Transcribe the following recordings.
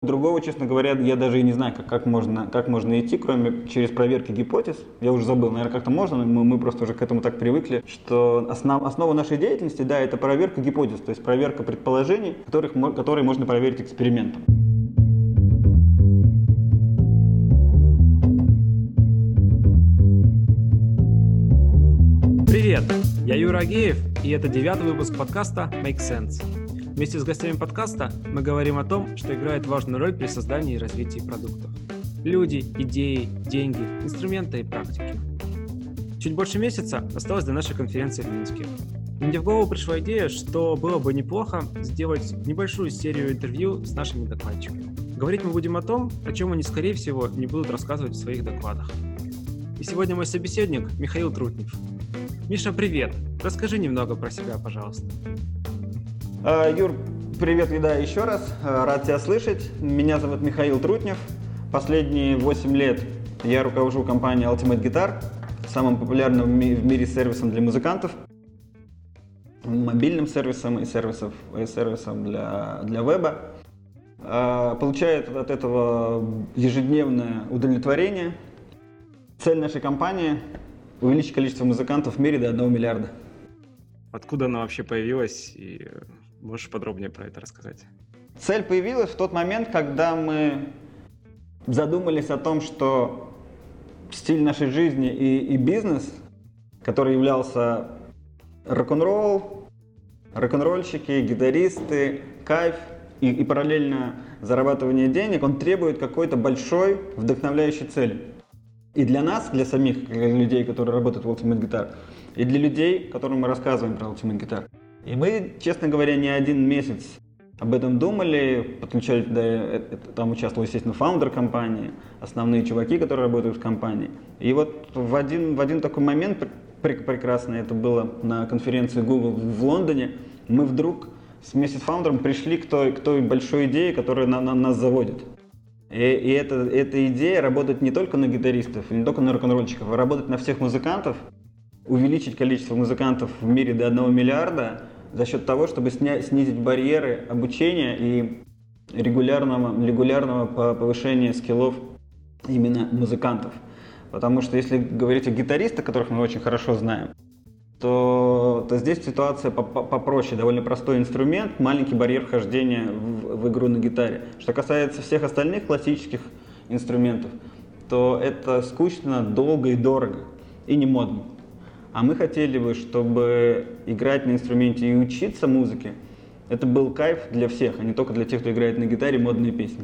Другого, честно говоря, я даже и не знаю, как можно идти, кроме через проверки гипотез. Я уже забыл, наверное, как-то можно, но мы просто уже к этому так привыкли, что основа нашей деятельности, да, это проверка гипотез, то есть проверка предположений, которые можно проверить экспериментом. Привет, я Юра Агеев, и это 9-й выпуск подкаста Make Sense. Вместе с гостями подкаста мы говорим о том, что играет важную роль при создании и развитии продуктов. Люди, идеи, деньги, инструменты и практики. Чуть больше месяца осталось до нашей конференции в Минске. И мне в голову пришла идея, что было бы неплохо сделать небольшую серию интервью с нашими докладчиками. Говорить мы будем о том, о чем они, скорее всего, не будут рассказывать в своих докладах. И сегодня мой собеседник Михаил Трутнев. Миша, привет! Расскажи немного про себя, пожалуйста. Юр, привет, да, еще раз. Рад тебя слышать. Меня зовут Михаил Трутнев. Последние 8 лет я руковожу компанией Ultimate Guitar, самым популярным в мире сервисом для музыкантов, мобильным сервисом и сервисом для веба. Получает от этого ежедневное удовлетворение. Цель нашей компании – увеличить количество музыкантов в мире до 1 миллиарда. Откуда она вообще появилась, и можешь подробнее про это рассказать? Цель появилась в тот момент, когда мы задумались о том, что стиль нашей жизни и бизнес, который являлся рок-н-ролл, рок-н-ролльщики, гитаристы, кайф и параллельно зарабатывание денег, он требует какой-то большой вдохновляющей цели. И для нас, для самих людей, которые работают в Ultimate Guitar, и для людей, которым мы рассказываем про Ultimate Guitar. И мы, честно говоря, не один месяц об этом думали, подключали там участвовал, естественно, фаундер компании, основные чуваки, которые работают в компании. И вот в один такой момент, прекрасно, это было на конференции Google в Лондоне, мы вдруг вместе с фаундером пришли к той большой идее, которая нас заводит. И эта идея работать не только на гитаристов, не только на рок-н-ролльщиков, а работать на всех музыкантов, увеличить количество музыкантов в мире до 1 миллиарда за счет того, чтобы снизить барьеры обучения и регулярного повышения скиллов именно музыкантов. Потому что если говорить о гитаристах, которых мы очень хорошо знаем, то здесь ситуация попроще, довольно простой инструмент, маленький барьер вхождения в игру на гитаре. Что касается всех остальных классических инструментов, то это скучно, долго и дорого, и не модно. А мы хотели бы, чтобы играть на инструменте и учиться музыке, это был кайф для всех, а не только для тех, кто играет на гитаре модные песни.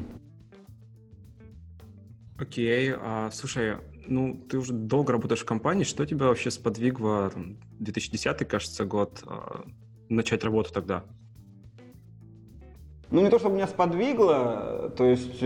Окей, слушай, ты уже долго работаешь в компании, что тебя вообще сподвигло, 2010, кажется, год, начать работу тогда? Не то, чтобы меня сподвигло, то есть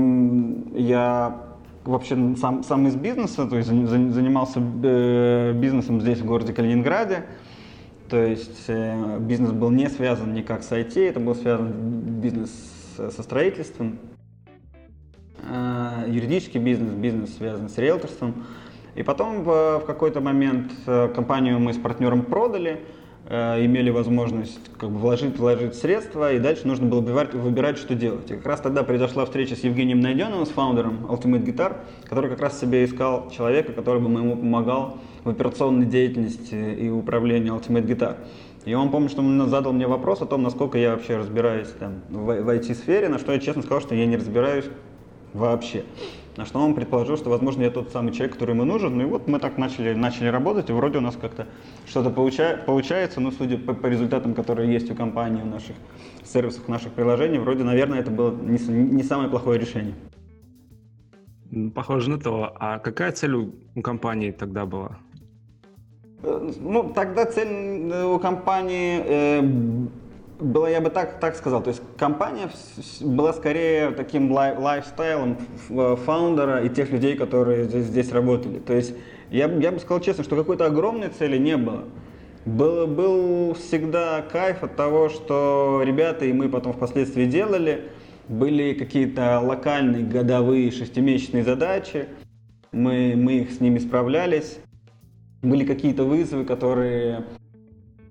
я вообще сам из бизнеса, то есть занимался бизнесом здесь, в городе Калининграде, то есть бизнес был не связан никак с IT, это был связан бизнес со строительством. Юридический бизнес связан с риэлторством. И потом в какой-то момент компанию мы с партнером продали, имели возможность вложить средства, и дальше нужно было выбирать, что делать. И как раз тогда произошла встреча с Евгением Найденовым, с фаундером Ultimate Guitar, который как раз себе искал человека, который бы ему помогал в операционной деятельности и управлении Ultimate Guitar. И он, помню, что он задал мне вопрос о том, насколько я вообще разбираюсь в IT-сфере, на что я честно сказал, что я не разбираюсь вообще. На что он предположил, что, возможно, я тот самый человек, который ему нужен. Ну и вот мы так начали работать, и вроде у нас как-то что-то получается, но судя по результатам, которые есть у компании, у наших сервисов, наших приложений, вроде, наверное, это было не самое плохое решение. Похоже на то. А какая цель у компании тогда была? Тогда цель у компании была, я бы так сказал, то есть компания была скорее таким лайфстайлом фаундера и тех людей, которые здесь работали. То есть я бы сказал честно, что какой-то огромной цели не было. Был всегда кайф от того, что ребята и мы потом впоследствии делали, были какие-то локальные годовые шестимесячные задачи, мы их с ними справлялись, были какие-то вызовы, которые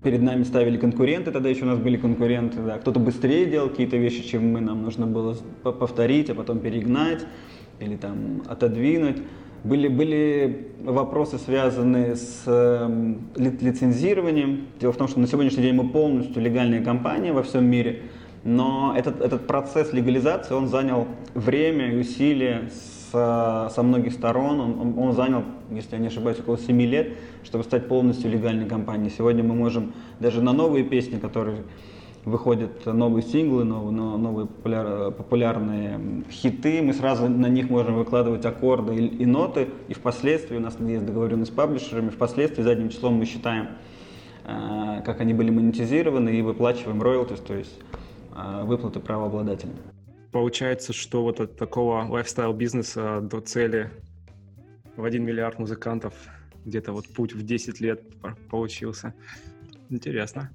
перед нами ставили конкуренты, тогда еще у нас были конкуренты, да. Кто-то быстрее делал какие-то вещи, чем мы, нам нужно было повторить, а потом перегнать или там отодвинуть. Были вопросы, связанные с лицензированием. Дело в том, что на сегодняшний день мы полностью легальная компания во всем мире, но этот процесс легализации, он занял время и усилия со многих сторон. Он занял, если я не ошибаюсь, около 7 лет, чтобы стать полностью легальной компанией. Сегодня мы можем даже на новые песни, которые выходят, новые синглы, новые популярные хиты, мы сразу на них можем выкладывать аккорды и ноты, и впоследствии у нас есть договоренность с паблишерами, впоследствии задним числом мы считаем, как они были монетизированы, и выплачиваем роялтис, то есть выплаты правообладателям. Получается, что вот от такого лайфстайл-бизнеса до цели в 1 миллиард музыкантов где-то вот путь в 10 лет получился. Интересно.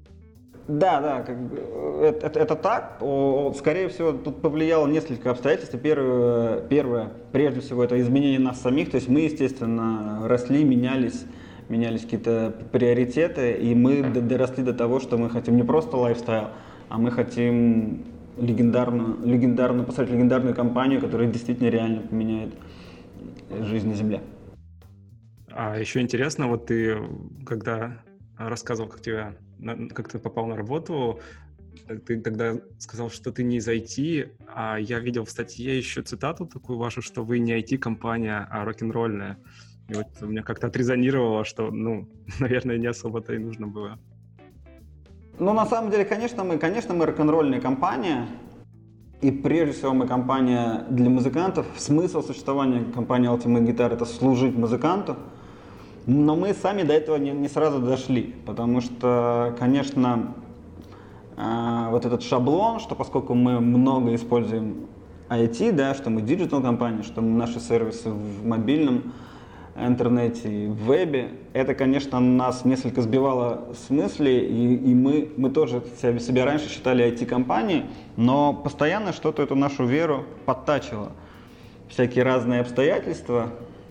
Да, это так. Скорее всего, тут повлияло несколько обстоятельств. Первое, прежде всего, это изменение нас самих. То есть мы, естественно, росли, менялись какие-то приоритеты, и мы доросли до того, что мы хотим не просто лайфстайл, а мы хотим построить легендарную компанию, которая действительно реально поменяет жизнь на Земле. А еще интересно, вот ты, когда рассказывал, как ты попал на работу, ты тогда сказал, что ты не из IT, а я видел в статье еще цитату такую вашу, что вы не IT-компания, а рок-н-ролльная. И вот у меня как-то отрезонировало, что, наверное, не особо-то и нужно было. На самом деле, конечно, мы рок-н-ролльная компания, и прежде всего мы компания для музыкантов. Смысл существования компании Ultimate Guitar — это служить музыканту, но мы сами до этого не сразу дошли, потому что, конечно, вот этот шаблон, что поскольку мы много используем IT, да, что мы диджитал-компания, что наши сервисы в мобильном интернете и в вебе, это, конечно, нас несколько сбивало с мысли, и мы тоже себя раньше считали IT-компанией, но постоянно что-то эту нашу веру подтачивало. Всякие разные обстоятельства,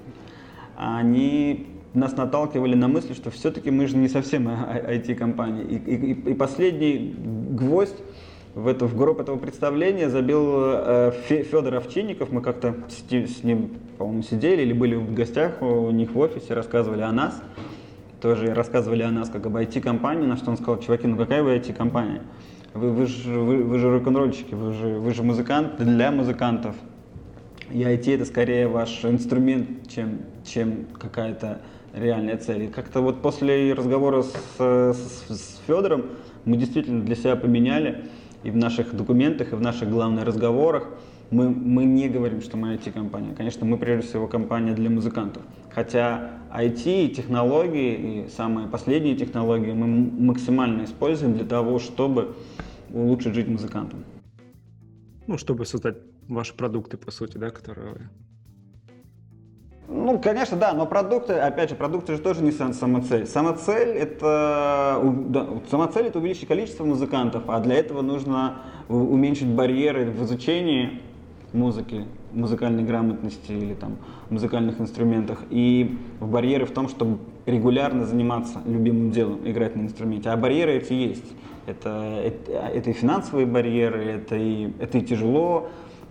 они нас наталкивали на мысль, что все-таки мы же не совсем IT-компания. И последний гвоздь в гроб этого представления забил Федор Овчинников. Мы как-то с ним, по-моему, сидели или были в гостях у них в офисе, рассказывали о нас. Тоже рассказывали о нас как об IT-компании, на что он сказал: чуваки, какая вы IT-компания? Вы же рок-н-ролльщики, вы же музыканты для музыкантов. И IT — это скорее ваш инструмент, чем какая-то реальная цель. И как-то вот после разговора с Федором мы действительно для себя поменяли, и в наших документах, и в наших главных разговорах мы не говорим, что мы IT-компания. Конечно, мы прежде всего компания для музыкантов. Хотя IT, технологии и самые последние технологии мы максимально используем для того, чтобы улучшить жизнь музыкантам. Чтобы создать ваши продукты, по сути, да, которые вы... Конечно, да, но продукты же тоже не самоцель. Самоцель это увеличить количество музыкантов, а для этого нужно уменьшить барьеры в изучении музыки, музыкальной грамотности или там музыкальных инструментах, и барьеры в том, чтобы регулярно заниматься любимым делом, играть на инструменте. А барьеры эти есть. Это и финансовые барьеры, это и тяжело,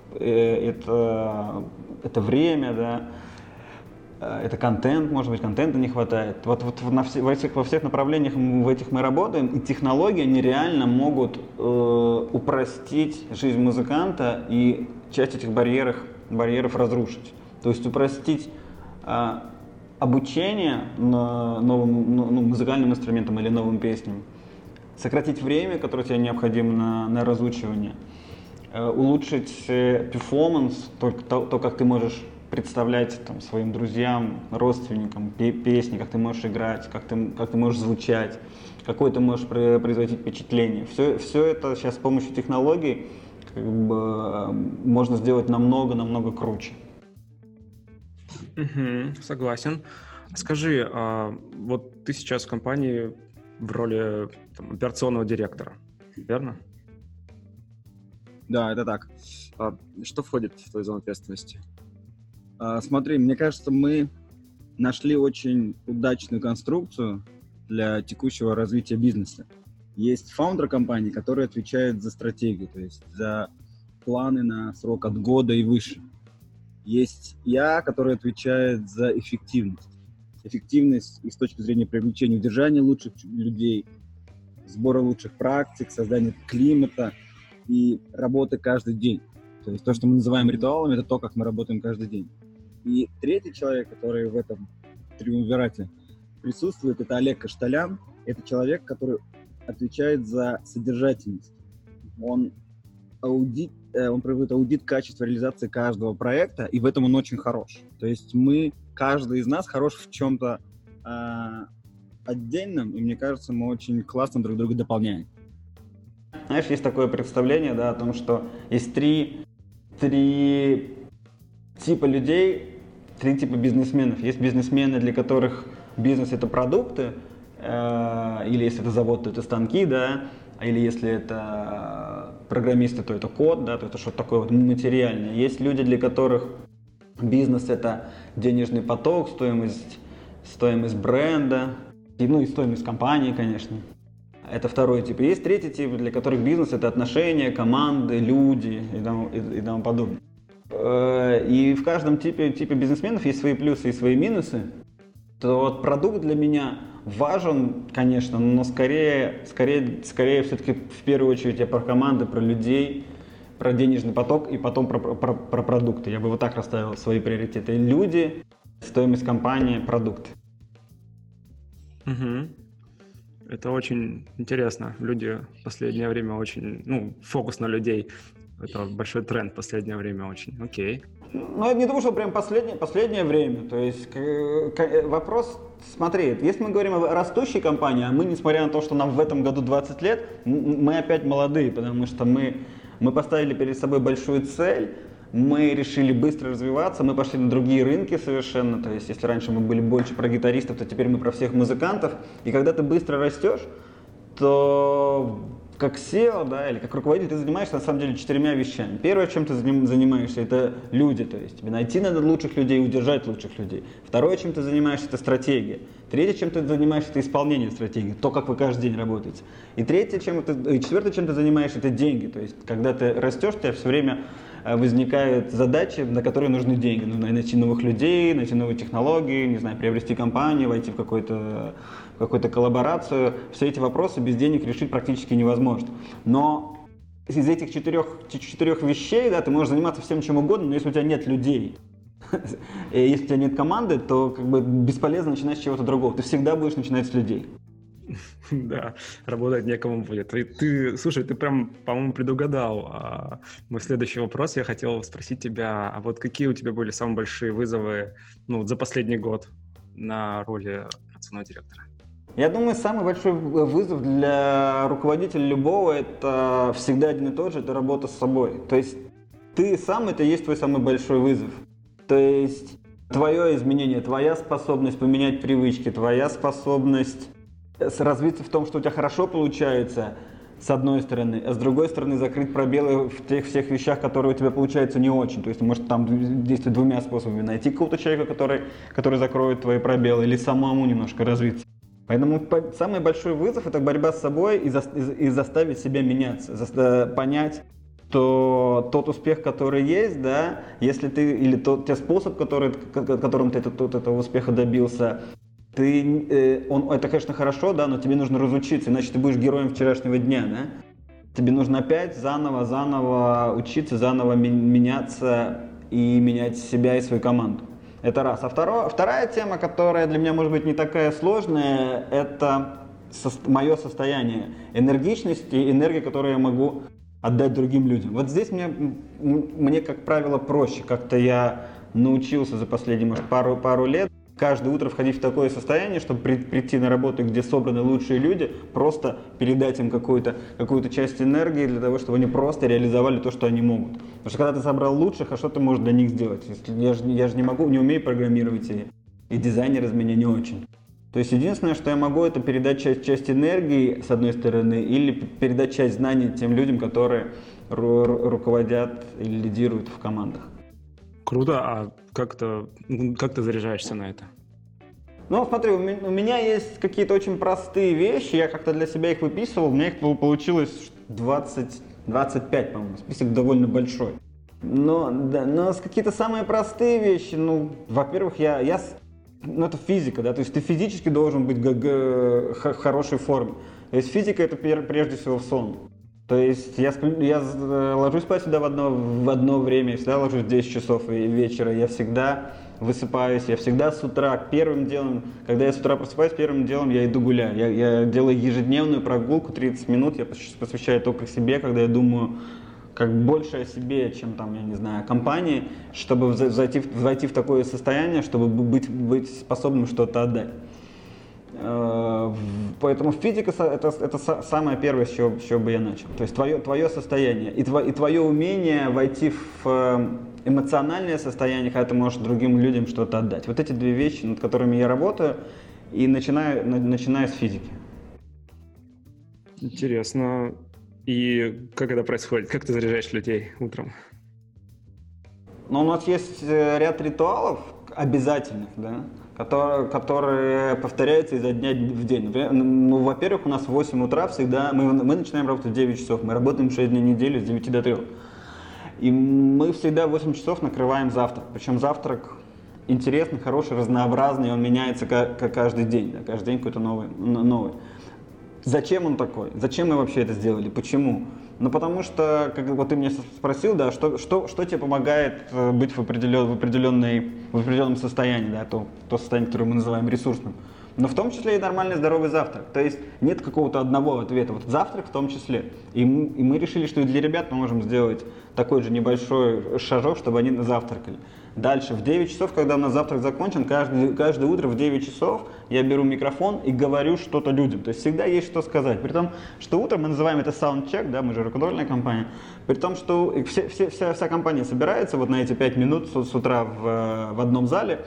это время, да. Это контент, может быть, контента не хватает. Вот во всех направлениях в этих мы работаем, и технологии, они реально могут упростить жизнь музыканта и часть этих барьеров разрушить. То есть упростить обучение новым музыкальным инструментам или новым песням, сократить время, которое тебе необходимо на разучивание, улучшить перформанс, то, как ты можешь представлять своим друзьям, родственникам песни, как ты можешь играть, как ты можешь звучать, какое ты можешь производить впечатление. Все это сейчас с помощью технологий можно сделать намного круче. Согласен. Скажи, вот ты сейчас в компании в роли операционного директора, верно? Да, это так. Что входит в твою зону ответственности? Смотри, мне кажется, мы нашли очень удачную конструкцию, для текущего развития бизнеса. Есть фаундер компании, который отвечает за стратегию, то есть за планы на срок от года и выше. Есть я, который отвечает за эффективность. Эффективность и с точки зрения привлечения и удержания лучших людей, сбора лучших практик, создания климата и работы каждый день. То есть то, что мы называем ритуалами, это то, как мы работаем каждый день. И третий человек, который в этом триумвирате присутствует, это Олег Кашталян. Это человек, который отвечает за содержательность. Он проводит аудит качества реализации каждого проекта, и в этом он очень хорош. То есть каждый из нас хорош в чем-то отдельном, и мне кажется, мы очень классно друг друга дополняем. Знаешь, есть такое представление, да, о том, что есть три типа людей, три типа бизнесменов. Есть бизнесмены, для которых бизнес — это продукты, или если это завод, то это станки, да, или если это программисты, то это код, да, то это что-то такое вот материальное. Есть люди, для которых бизнес — это денежный поток, стоимость бренда, и стоимость компании, конечно. Это второй тип. И есть третий тип, для которых бизнес — это отношения, команды, люди и тому подобное. И в каждом типе бизнесменов есть свои плюсы и свои минусы. То вот продукт для меня важен, конечно, но скорее все-таки в первую очередь я про команды, про людей, про денежный поток и потом про продукты. Я бы вот так расставил свои приоритеты. Люди, стоимость компании, продукты. Угу. Это очень интересно. Люди в последнее время очень, фокус на людей. Это большой тренд в последнее время очень. Окей. Я не думаю, что прям последнее время. То есть вопрос, смотри, если мы говорим о растущей компании, а мы, несмотря на то, что нам в этом году 20 лет, мы опять молодые, потому что мы поставили перед собой большую цель, мы решили быстро развиваться, мы пошли на другие рынки совершенно. То есть если раньше мы были больше про гитаристов, то теперь мы про всех музыкантов. И когда ты быстро растешь, то как SEO, да, или как руководитель, ты занимаешься на самом деле 4 вещами. Первое, чем ты занимаешься, это люди, то есть тебе найти надо лучших людей и удержать лучших людей. Второе, чем ты занимаешься, это стратегия. Третье, чем ты занимаешься, это исполнение стратегии, то, как вы каждый день работаете. И четвертое, чем ты занимаешься, это деньги. То есть когда ты растешь, у тебя все время возникают задачи, на которые нужны деньги. Нужно найти новых людей, найти новые технологии, не знаю, приобрести компанию, войти в какую-то коллаборацию. Все эти вопросы без денег решить практически невозможно. Но из этих четырех вещей, да, ты можешь заниматься всем чем угодно, но если у тебя нет людей, и если у тебя нет команды, то как бы бесполезно начинать с чего-то другого. Ты всегда будешь начинать с людей. Да, работать некому будет. Слушай, ты прям, по-моему, предугадал мой следующий вопрос. Я хотел спросить тебя, а вот какие у тебя были самые большие вызовы за последний год на роли операционного директора? Я думаю, самый большой вызов для руководителя любого — это всегда один и тот же, это работа с собой. То есть ты сам — это и есть твой самый большой вызов. То есть твое изменение, твоя способность поменять привычки, твоя способность развиться в том, что у тебя хорошо получается, с одной стороны, а с другой стороны закрыть пробелы в тех всех вещах, которые у тебя получаются не очень. То есть ты можешь там действовать 2 способами. Найти какого-то человека, который закроет твои пробелы, или самому немножко развиться. Поэтому самый большой вызов — это борьба с собой и заставить себя меняться, понять, что тот успех, который есть, да, если ты, или те способ, которым ты этого успеха добился, это, конечно, хорошо, да, но тебе нужно разучиться, иначе ты будешь героем вчерашнего дня, да? Тебе нужно опять заново учиться, заново меняться и менять себя и свою команду. Это раз. А вторая тема, которая для меня, может быть, не такая сложная, это мое состояние энергичности и энергии, которую я могу отдать другим людям. Вот здесь мне, как правило, проще. Как-то я научился за последние, может, пару лет каждое утро входить в такое состояние, чтобы прийти на работу, где собраны лучшие люди, просто передать им какую-то часть энергии для того, чтобы они просто реализовали то, что они могут. Потому что когда ты собрал лучших, а что ты можешь для них сделать? Я же не умею программировать, и дизайнер из меня не очень. То есть единственное, что я могу, это передать часть энергии, с одной стороны, или передать часть знаний тем людям, которые руководят или лидируют в командах. Круто, а как ты заряжаешься на это? Ну, смотри, у меня есть какие-то очень простые вещи, я как-то для себя их выписывал, у меня их получилось 25, по-моему, список довольно большой. Но какие-то самые простые вещи, ну, во-первых, ну, это физика, да, то есть ты физически должен быть в хорошей форме. То есть физика — это прежде всего в сон. То есть я ложусь спать всегда в одно время, я всегда ложусь в 10 часов вечера, я всегда высыпаюсь, я всегда с утра, первым делом, когда я с утра просыпаюсь, первым делом я иду гулять. Я делаю ежедневную прогулку, 30 минут, я посвящаю только себе, когда я думаю как больше о себе, чем там, я не знаю, о компании, чтобы войти в такое состояние, чтобы быть способным что-то отдать. Поэтому физика — это самое первое, с чего бы я начал. То есть твое состояние и твое умение войти в эмоциональное состояние, когда ты можешь другим людям что-то отдать. Вот эти две вещи, над которыми я работаю, и начинаю с физики. Интересно. И как это происходит? Как ты заряжаешь людей утром? Но у нас есть ряд ритуалов обязательных, да, которые повторяются изо дня в день. Например, ну, во-первых, у нас в 8 утра всегда, мы начинаем работать в 9 часов, мы работаем 6 дней в неделю с 9 до 3. И мы всегда в 8 часов накрываем завтрак. Причем завтрак интересный, хороший, разнообразный, он меняется каждый день, да, каждый день какой-то новый. Зачем он такой? Зачем мы вообще это сделали? Почему? Ну, потому что, как вот ты меня спросил, да, что тебе помогает быть в определенном состоянии, да, то состояние, которое мы называем ресурсным. Но в том числе и нормальный здоровый завтрак. То есть нет какого-то одного ответа. Вот завтрак в том числе. И мы решили, что и для ребят мы можем сделать такой же небольшой шажок, чтобы они завтракали. Дальше, в 9 часов, когда у нас завтрак закончен, каждое утро в 9 часов я беру микрофон и говорю что-то людям. То есть всегда есть что сказать. При том, что утром мы называем это soundcheck, да, мы же рукодельная компания. При том, что вся компания собирается вот на эти 5 минут с утра в одном зале,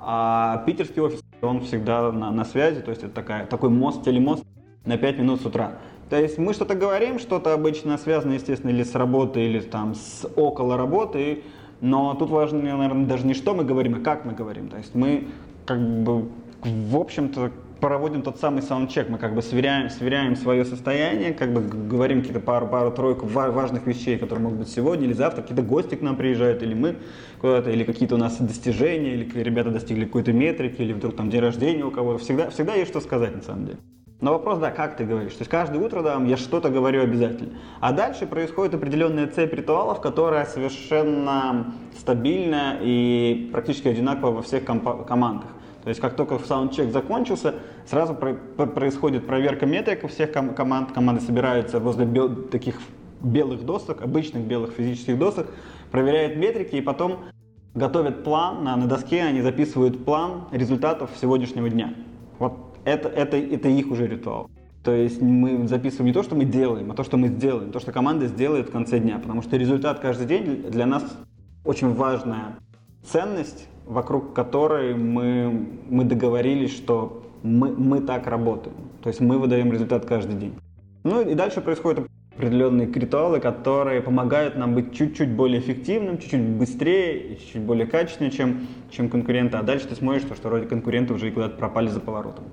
а питерский офис, он всегда на связи, то есть это такой телемост на 5 минут с утра. То есть мы что-то говорим, что-то обычно связано, естественно, или с работой, или там с около работы, но тут важно, наверное, даже не что мы говорим, а как мы говорим. То есть мы как бы, в общем-то, проводим тот самый саундчек, мы как бы сверяем свое состояние, как бы говорим какие-то пару-тройку важных вещей, которые могут быть сегодня или завтра, какие-то гости к нам приезжают, или мы куда-то, или какие-то у нас достижения, или ребята достигли какой-то метрики, или вдруг там день рождения у кого-то. Всегда есть что сказать на самом деле. Но вопрос, да, как ты говоришь. То есть каждое утро, да, я что-то говорю обязательно. А дальше происходит определенная цепь ритуалов, которая совершенно стабильна и практически одинакова во всех командах. То есть как только саундчек закончился, сразу происходит проверка метрик у всех команд. Команды собираются возле таких белых досок, обычных белых физических досок, проверяют метрики и потом готовят план. На доске они записывают план результатов сегодняшнего дня. Вот это их уже ритуал. То есть мы записываем не то, что мы делаем, а то, что мы сделаем, то, что команда сделает в конце дня. Потому что результат каждый день для нас очень важная ценность, вокруг которой мы договорились, что мы так работаем. То есть мы выдаем результат каждый день. Ну и дальше происходят определенные ритуалы, которые помогают нам быть чуть-чуть более эффективным, чуть-чуть быстрее и чуть-чуть более качественнее, чем конкуренты. А дальше ты смотришь, что вроде конкуренты уже куда-то пропали за поворотом.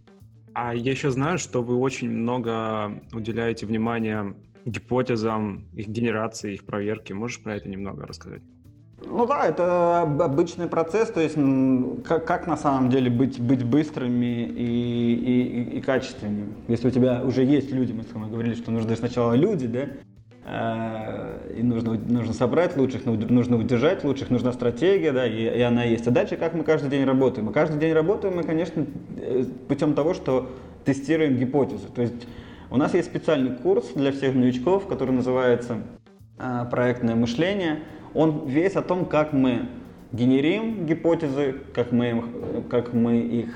А я еще знаю, что вы очень много уделяете внимания гипотезам, их генерации, их проверке. Можешь про это немного рассказать? Ну да, это обычный процесс, то есть как на самом деле быть быстрыми и качественными. Если у тебя уже есть люди, мы с вами говорили, что нужны сначала люди, да, и нужно собрать лучших, нужно удержать лучших, нужна стратегия, да, и она есть. А дальше как мы каждый день работаем? Мы каждый день работаем, конечно, путем того, что тестируем гипотезы. То есть у нас есть специальный курс для всех новичков, который называется «Проектное мышление». Он весь о том, как мы генерим гипотезы, как мы их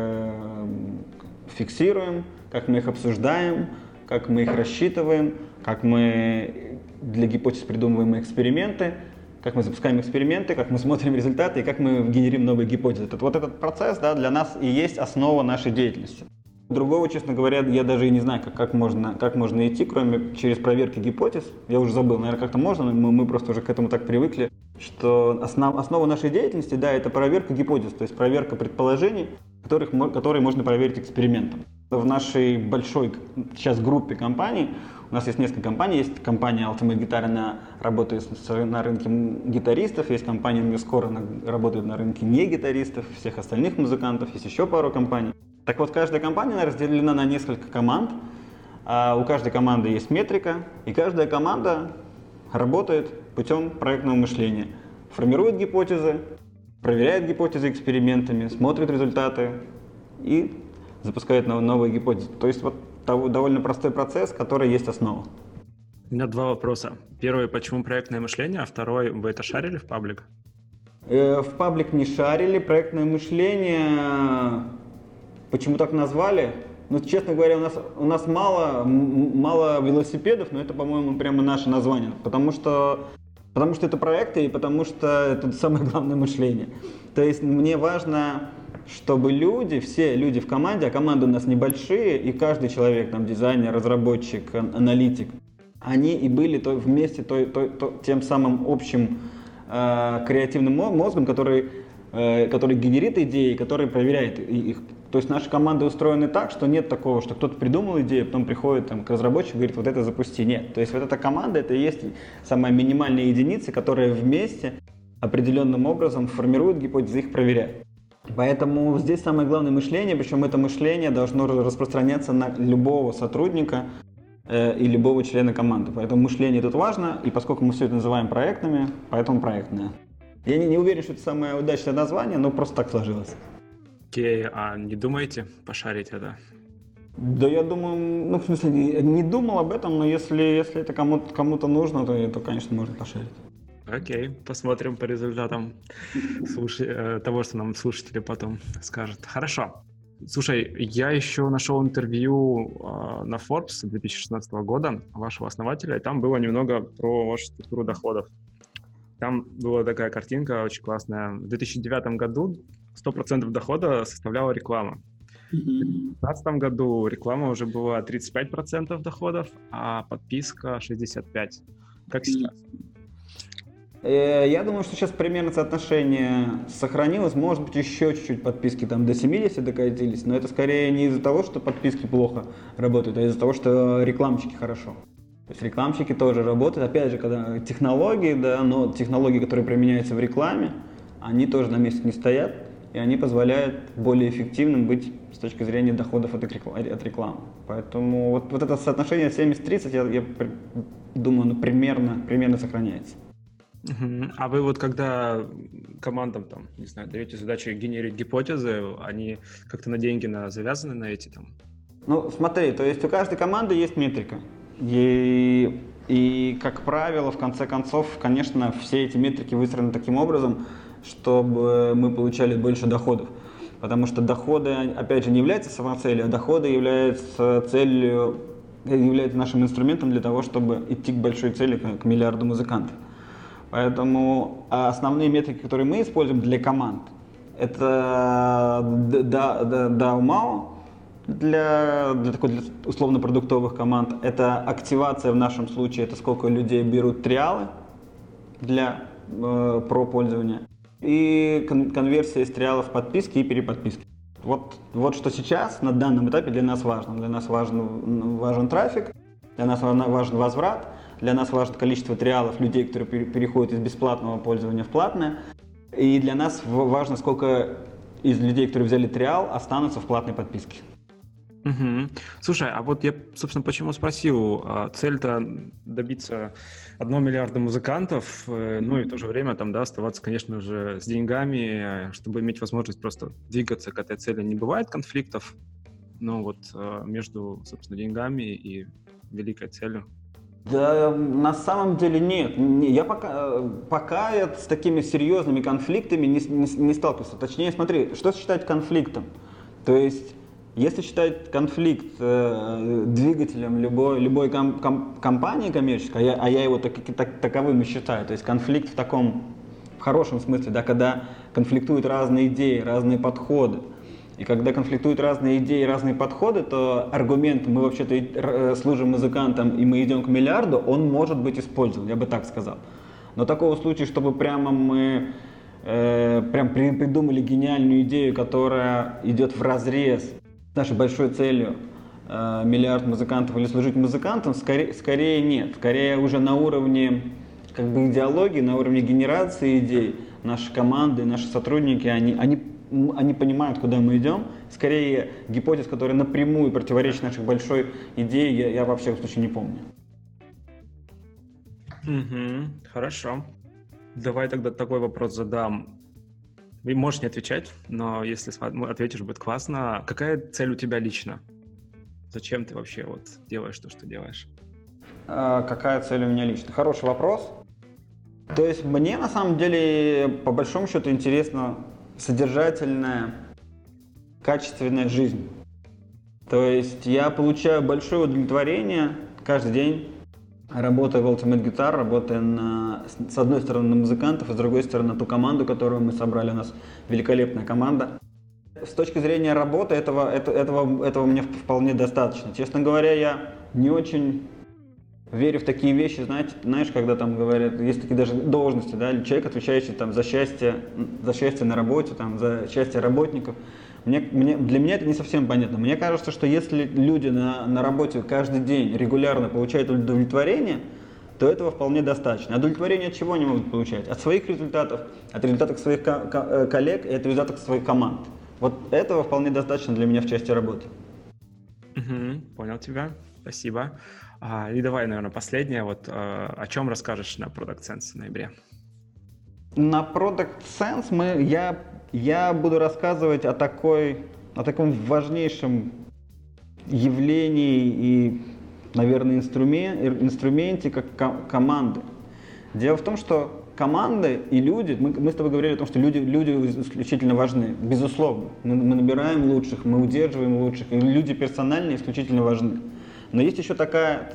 фиксируем, как мы их обсуждаем, как мы их рассчитываем, как мы для гипотез придумываем эксперименты, как мы запускаем эксперименты, как мы смотрим результаты и как мы генерим новые гипотезы. Вот этот процесс, да, для нас и есть основа нашей деятельности. Другого, честно говоря, я даже и не знаю, как можно идти, кроме через проверки гипотез. Я уже забыл, наверное, как-то можно, но мы просто уже к этому так привыкли, что основа нашей деятельности, да, это проверка гипотез, то есть проверка предположений, которые можно проверить экспериментом. В нашей большой сейчас группе компаний, у нас есть несколько компаний, есть компания Ultimate Guitar, она работает на рынке гитаристов, есть компания Muscore, она работает на рынке не гитаристов, всех остальных музыкантов, есть еще пару компаний. Так вот, каждая компания разделена на несколько команд, у каждой команды есть метрика, и каждая команда работает путем проектного мышления. Формирует гипотезы, проверяет гипотезы экспериментами, смотрит результаты и запускает новые гипотезы. То есть вот довольно простой процесс, который есть основа. У меня два вопроса. Первый, почему проектное мышление, а второй, вы это шарили в паблик? В паблик не шарили, проектное мышление, почему так назвали? Ну, честно говоря, у нас мало велосипедов, но это, по-моему, прямо наше название, потому что это проекты и потому что это самое главное мышление. То есть мне важно, чтобы все люди в команде, а команды у нас небольшие, и каждый человек, там, дизайнер, разработчик, аналитик, они и были вместе тем самым общим креативным мозгом, который генерит идеи, который проверяет их. То есть наши команды устроены так, что нет такого, что кто-то придумал идею, потом приходит к разработчику и говорит, вот это запусти. Нет. То есть вот эта команда, это и есть самая минимальная единица, которая вместе определенным образом формирует гипотезы, их проверяет. Поэтому здесь самое главное мышление, причем это мышление должно распространяться на любого сотрудника и любого члена команды. Поэтому мышление тут важно, и поскольку мы все это называем проектами, поэтому проектное. Я не уверен, что это самое удачное название, но просто так сложилось. Окей, а не думаете пошарить это? Да я думаю, в смысле, не думал об этом, но если это кому-то нужно, то, конечно, можно пошарить. Окей, посмотрим по результатам того, что нам слушатели потом скажут. Хорошо. Слушай, я еще нашел интервью на Forbes 2016 года вашего основателя, и там было немного про вашу структуру доходов. Там была такая картинка очень классная. В 2009 году 100% дохода составляла реклама. В 2015 году реклама уже была 35% доходов, а подписка 65%. Как сейчас? Я думаю, что сейчас примерно соотношение сохранилось. Может быть, еще чуть-чуть подписки там до 70 докатились, но это скорее не из-за того, что подписки плохо работают, а из-за того, что рекламщики хорошо. То есть рекламщики тоже работают. Опять же, когда технологии, но технологии, которые применяются в рекламе, они тоже на месте не стоят, и они позволяют более эффективным быть с точки зрения доходов от рекламы. Поэтому вот это соотношение 70-30, я думаю, примерно сохраняется. А вы вот когда командам, даете задачу генерить гипотезы, они как-то на деньги завязаны на эти там? Ну, смотри, то есть у каждой команды есть метрика. И, как правило, в конце концов, конечно, все эти метрики выстроены таким образом, чтобы мы получали больше доходов. Потому что доходы, опять же, не являются самоцелью, а доходы являются нашим инструментом для того, чтобы идти к большой цели, к миллиарду музыкантов. Поэтому основные метрики, которые мы используем для команд, это DAO-MAO для условно-продуктовых команд, это активация в нашем случае, это сколько людей берут триалы для про-пользования, и конверсия из триалов в подписки и переподписки. Вот что сейчас на данном этапе для нас важно. Для нас важен трафик, для нас важен возврат, для нас важно количество триалов людей, которые переходят из бесплатного пользования в платное. И для нас важно, сколько из людей, которые взяли триал, останутся в платной подписке. Угу. Слушай, а вот я, собственно, почему спросил. Цель-то добиться 1 миллиарда музыкантов, ну и в то же время оставаться, конечно же, с деньгами, чтобы иметь возможность просто двигаться к этой цели. Не бывает конфликтов, между, собственно, деньгами и великой целью? Да, на самом деле нет. Я пока я с такими серьезными конфликтами не сталкивался. Точнее, смотри, что считать конфликтом? То есть, если считать конфликт двигателем любой компании коммерческой, а я его таковым и считаю, то есть конфликт в хорошем смысле, когда конфликтуют разные идеи, разные подходы. И когда конфликтуют разные идеи, разные подходы, то аргумент «мы вообще-то служим музыкантам и мы идем к миллиарду», он может быть использован, я бы так сказал. Но такого случая, чтобы прямо мы прям придумали гениальную идею, которая идет вразрез с нашей большой целью миллиард музыкантов или служить музыкантам, скорее нет. Скорее уже на уровне как бы идеологии, на уровне генерации идей наши команды, наши сотрудники, они понимают, куда мы идем. Скорее гипотез, которая напрямую противоречит нашей большой идее, я во всяком случае не помню. Хорошо. Давай тогда такой вопрос задам. Можешь не отвечать, но если ответишь, будет классно. Какая цель у тебя лично? Зачем ты вообще вот делаешь то, что делаешь? Какая цель у меня лично? Хороший вопрос. То есть мне на самом деле по большому счету интересна содержательная, качественная жизнь. То есть я получаю большое удовлетворение каждый день, работая в Ultimate Guitar, работая с одной стороны на музыкантов, а с другой стороны на ту команду, которую мы собрали. У нас великолепная команда. С точки зрения работы этого мне вполне достаточно. Честно говоря, я не очень верю в такие вещи, знаешь, когда там говорят, есть такие даже должности, да, человек, отвечающий там за счастье на работе, там, за счастье работников. Для меня это не совсем понятно. Мне кажется, что если люди на работе каждый день регулярно получают удовлетворение, то этого вполне достаточно. Удовлетворение от чего они могут получать? От своих результатов, от результатов своих коллег и от результатов своих команд. Вот этого вполне достаточно для меня в части работы. Понял тебя. Спасибо. И давай, наверное, последнее. Вот о чем расскажешь на Product Sense в ноябре? На Product Sense я буду рассказывать о таком важнейшем явлении и, наверное, инструменте, как команды. Дело в том, что команды и люди, мы с тобой говорили о том, что люди исключительно важны, безусловно. Мы набираем лучших, мы удерживаем лучших, и люди персональные исключительно важны. Но есть еще такое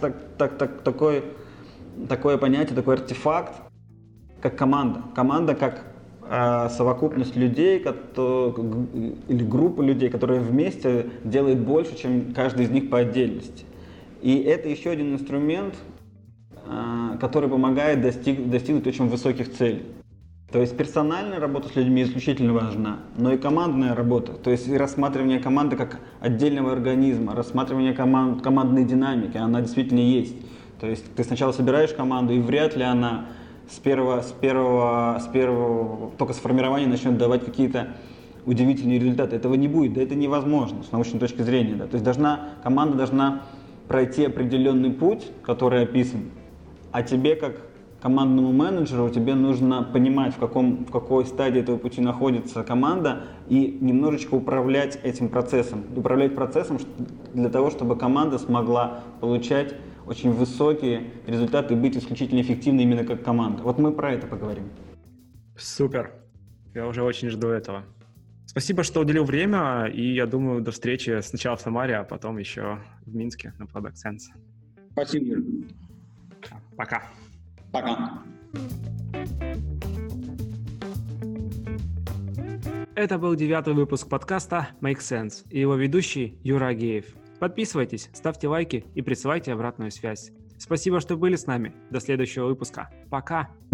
понятие, такой артефакт, как команда. Команда как совокупность людей или группа людей, которые вместе делают больше, чем каждый из них по отдельности. И это еще один инструмент, который помогает достигнуть очень высоких целей. То есть персональная работа с людьми исключительно важна, но и командная работа, то есть и рассматривание команды как отдельного организма, рассматривание командной динамики, она действительно есть. То есть ты сначала собираешь команду, и вряд ли она с первого только с формирования начнет давать какие-то удивительные результаты. Этого не будет, да это невозможно с научной точки зрения. Да. То есть команда должна пройти определенный путь, который описан, а тебе как командному менеджеру тебе нужно понимать, в какой стадии этого пути находится команда, и немножечко управлять этим процессом. Управлять процессом для того, чтобы команда смогла получать очень высокие результаты и быть исключительно эффективной именно как команда. Вот мы про это поговорим. Супер. Я уже очень жду этого. Спасибо, что уделил время, и я думаю, до встречи сначала в Самаре, а потом еще в Минске на Product Sense. Спасибо. Пока. Пока. Это был 9-й выпуск подкаста Make Sense и его ведущий Юра Агеев. Подписывайтесь, ставьте лайки и присылайте обратную связь. Спасибо, что были с нами. До следующего выпуска. Пока!